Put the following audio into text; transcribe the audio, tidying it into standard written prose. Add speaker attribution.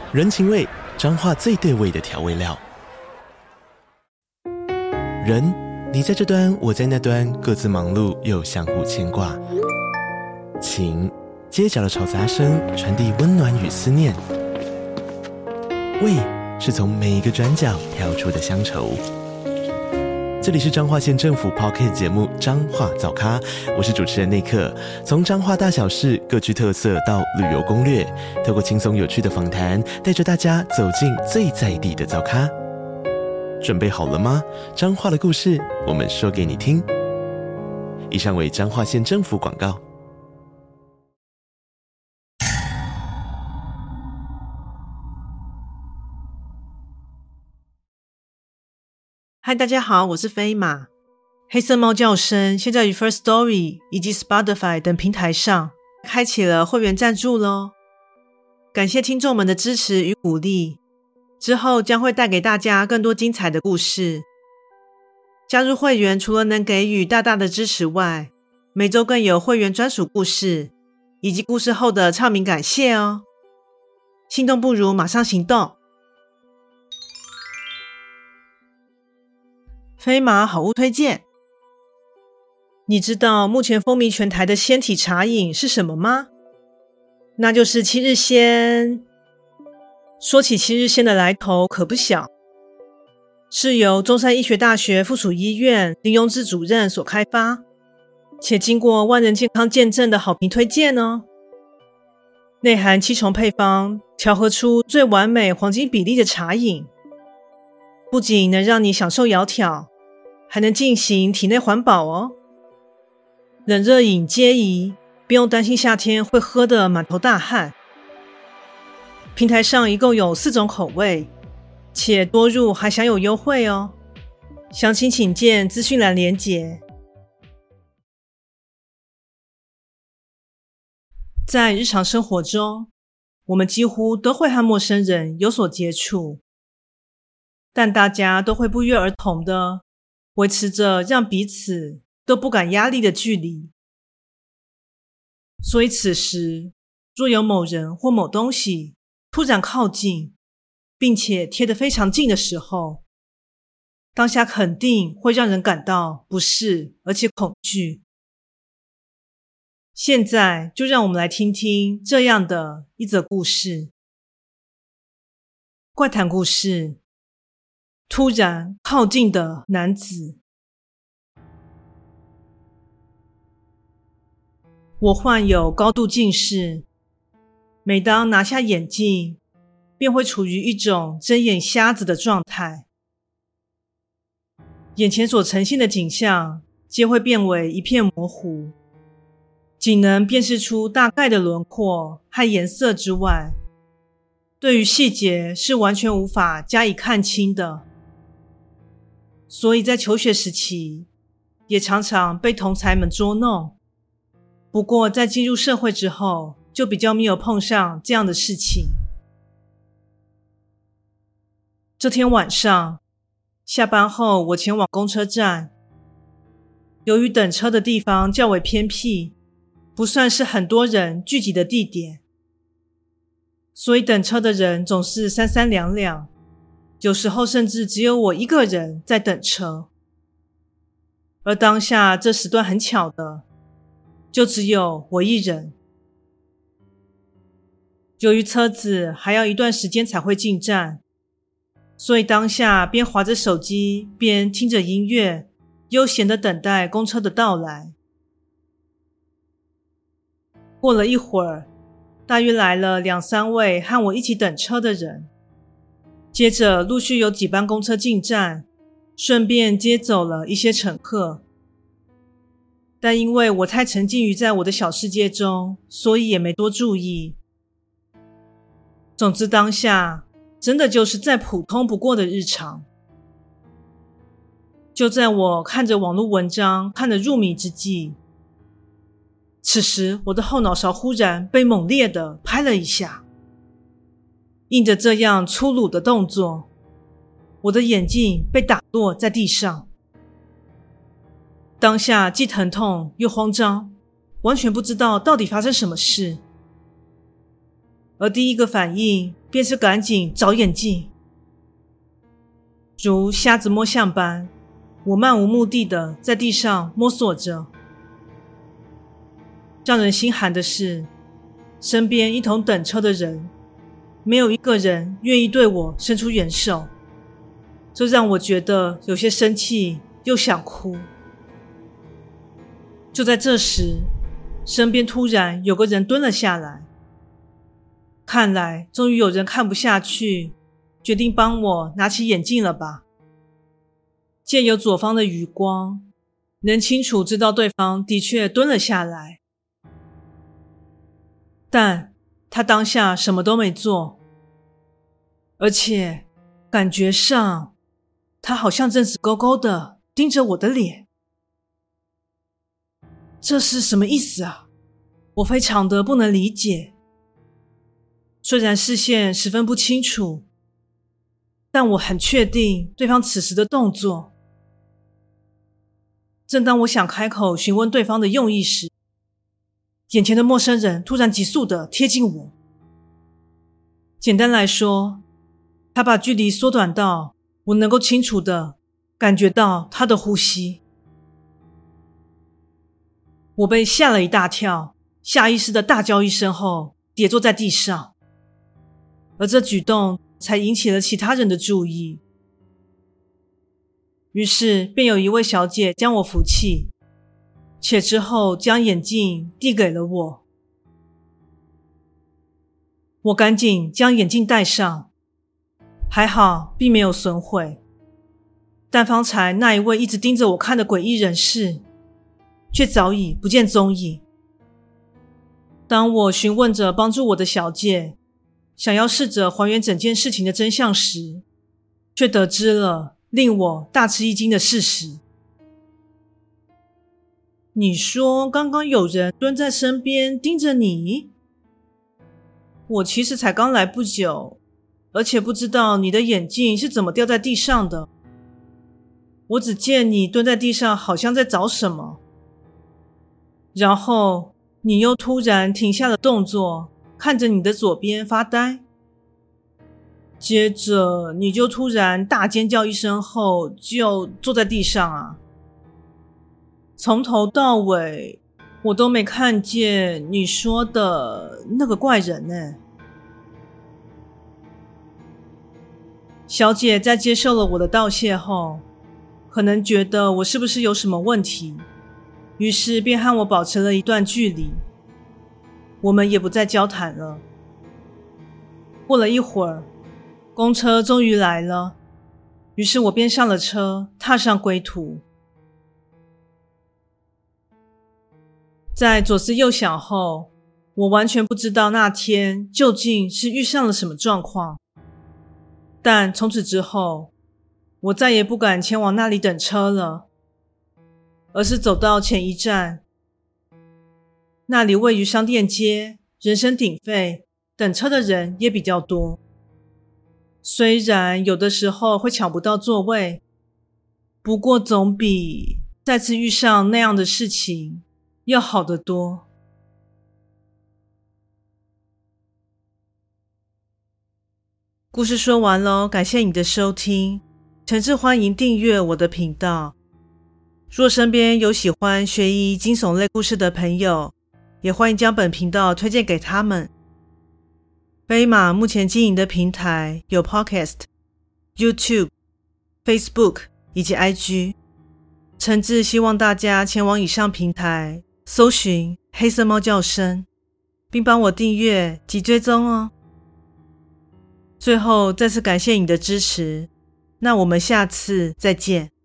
Speaker 1: 人情味，彰化最对味的调味料。人，你在这端，我在那端，各自忙碌又相互牵挂。情，街角的吵杂声传递温暖与思念。味，是从每一个转角跳出的乡愁。这里是彰化县政府 Podcast 节目《彰化早咖》，我是主持人内克。从彰化大小事各具特色到旅游攻略，透过轻松有趣的访谈，带着大家走进最在地的早咖。准备好了吗？彰化的故事，我们说给你听。以上为彰化县政府广告。
Speaker 2: 嗨，大家好，我是飞马。黑色猫叫声现在于 Firstory 以及 Spotify 等平台上开启了会员赞助咯，感谢听众们的支持与鼓励，之后将会带给大家更多精彩的故事。加入会员除了能给予大大的支持外，每周更有会员专属故事以及故事后的唱名感谢哦。心动不如马上行动。飞马好物推荐，你知道目前风靡全台的鲜体茶饮是什么吗？那就是七日鲜。说起七日鲜的来头可不小，是由中山医学大学附属医院林庸志主任所开发，且经过万人健康见证的好评推荐哦。内含7重配方，调和出最完美黄金比例的茶饮，不仅能让你享受窈窕，还能进行体内环保哦。冷热饮皆宜，不用担心夏天会喝得满头大汗。平台上一共有4种口味，且多入还享有优惠哦。详情请见资讯栏连结。在日常生活中，我们几乎都会和陌生人有所接触，但大家都会不约而同的维持着让彼此都不敢压力的距离。所以此时，若有某人或某东西突然靠近，并且贴得非常近的时候，当下肯定会让人感到不适而且恐惧。现在就让我们来听听这样的一则故事。怪谈故事，突然靠近的男子。我患有高度近视，每当拿下眼镜，便会处于一种睁眼瞎子的状态。眼前所呈现的景象皆会变为一片模糊，仅能辨识出大概的轮廓和颜色之外，对于细节是完全无法加以看清的。所以在求学时期，也常常被同侪们捉弄。不过在进入社会之后，就比较没有碰上这样的事情。这天晚上，下班后我前往公车站。由于等车的地方较为偏僻，不算是很多人聚集的地点，所以等车的人总是三三两两，有时候甚至只有我一个人在等车。而当下这时段很巧的，就只有我一人。由于车子还要一段时间才会进站，所以当下边滑着手机边听着音乐，悠闲地等待公车的到来。过了一会儿，大约来了2-3位和我一起等车的人，接着陆续有几班公车进站，顺便接走了一些乘客。但因为我太沉浸于在我的小世界中，所以也没多注意。总之当下真的就是再普通不过的日常。就在我看着网络文章看得入迷之际，此时我的后脑勺忽然被猛烈地拍了一下。应着这样粗鲁的动作，我的眼镜被打落在地上。当下既疼痛又慌张，完全不知道到底发生什么事。 而第一个反应便是赶紧找眼镜。如瞎子摸象般，我漫无目的地在地上摸索着。让人心寒的是，身边一同等车的人，没有一个人愿意对我伸出援手，这让我觉得有些生气又想哭。就在这时，身边突然有个人蹲了下来，看来终于有人看不下去，决定帮我拿起眼镜了吧。借由左方的余光，能清楚知道对方的确蹲了下来，但他当下什么都没做，而且感觉上他好像正直勾勾的盯着我的脸。这是什么意思啊？我非常的不能理解。虽然视线十分不清楚，但我很确定对方此时的动作。正当我想开口询问对方的用意时，眼前的陌生人突然急速地贴近我。简单来说，他把距离缩短到我能够清楚地感觉到他的呼吸。我被吓了一大跳，下意识地大叫一声后跌坐在地上，而这举动才引起了其他人的注意。于是便有一位小姐将我扶起，且之后将眼镜递给了我。我赶紧将眼镜戴上，还好并没有损毁，但方才那一位一直盯着我看的诡异人士却早已不见踪影。当我询问着帮助我的小姐，想要试着还原整件事情的真相时，却得知了令我大吃一惊的事实。你说刚刚有人蹲在身边盯着你？我其实才刚来不久，而且不知道你的眼镜是怎么掉在地上的。我只见你蹲在地上好像在找什么，然后你又突然停下了动作，看着你的左边发呆。接着你就突然大尖叫一声后就坐在地上啊。从头到尾我都没看见你说的那个怪人呢。小姐在接受了我的道谢后，可能觉得我是不是有什么问题，于是便和我保持了一段距离，我们也不再交谈了。过了一会儿，公车终于来了，于是我便上了车，踏上归途。在左思右想后，我完全不知道那天究竟是遇上了什么状况，但从此之后，我再也不敢前往那里等车了，而是走到前一站。那里位于商店街，人声鼎沸，等车的人也比较多。虽然有的时候会抢不到座位，不过总比再次遇上那样的事情要好得多。故事说完咯，感谢你的收听，诚挚欢迎订阅我的频道。若身边有喜欢悬疑惊悚类故事的朋友，也欢迎将本频道推荐给他们。飞马目前经营的平台有 Podcast、YouTube、Facebook 以及 IG， 诚挚希望大家前往以上平台搜寻黑色猫叫声，并帮我订阅及追踪哦。最后再次感谢你的支持，那我们下次再见。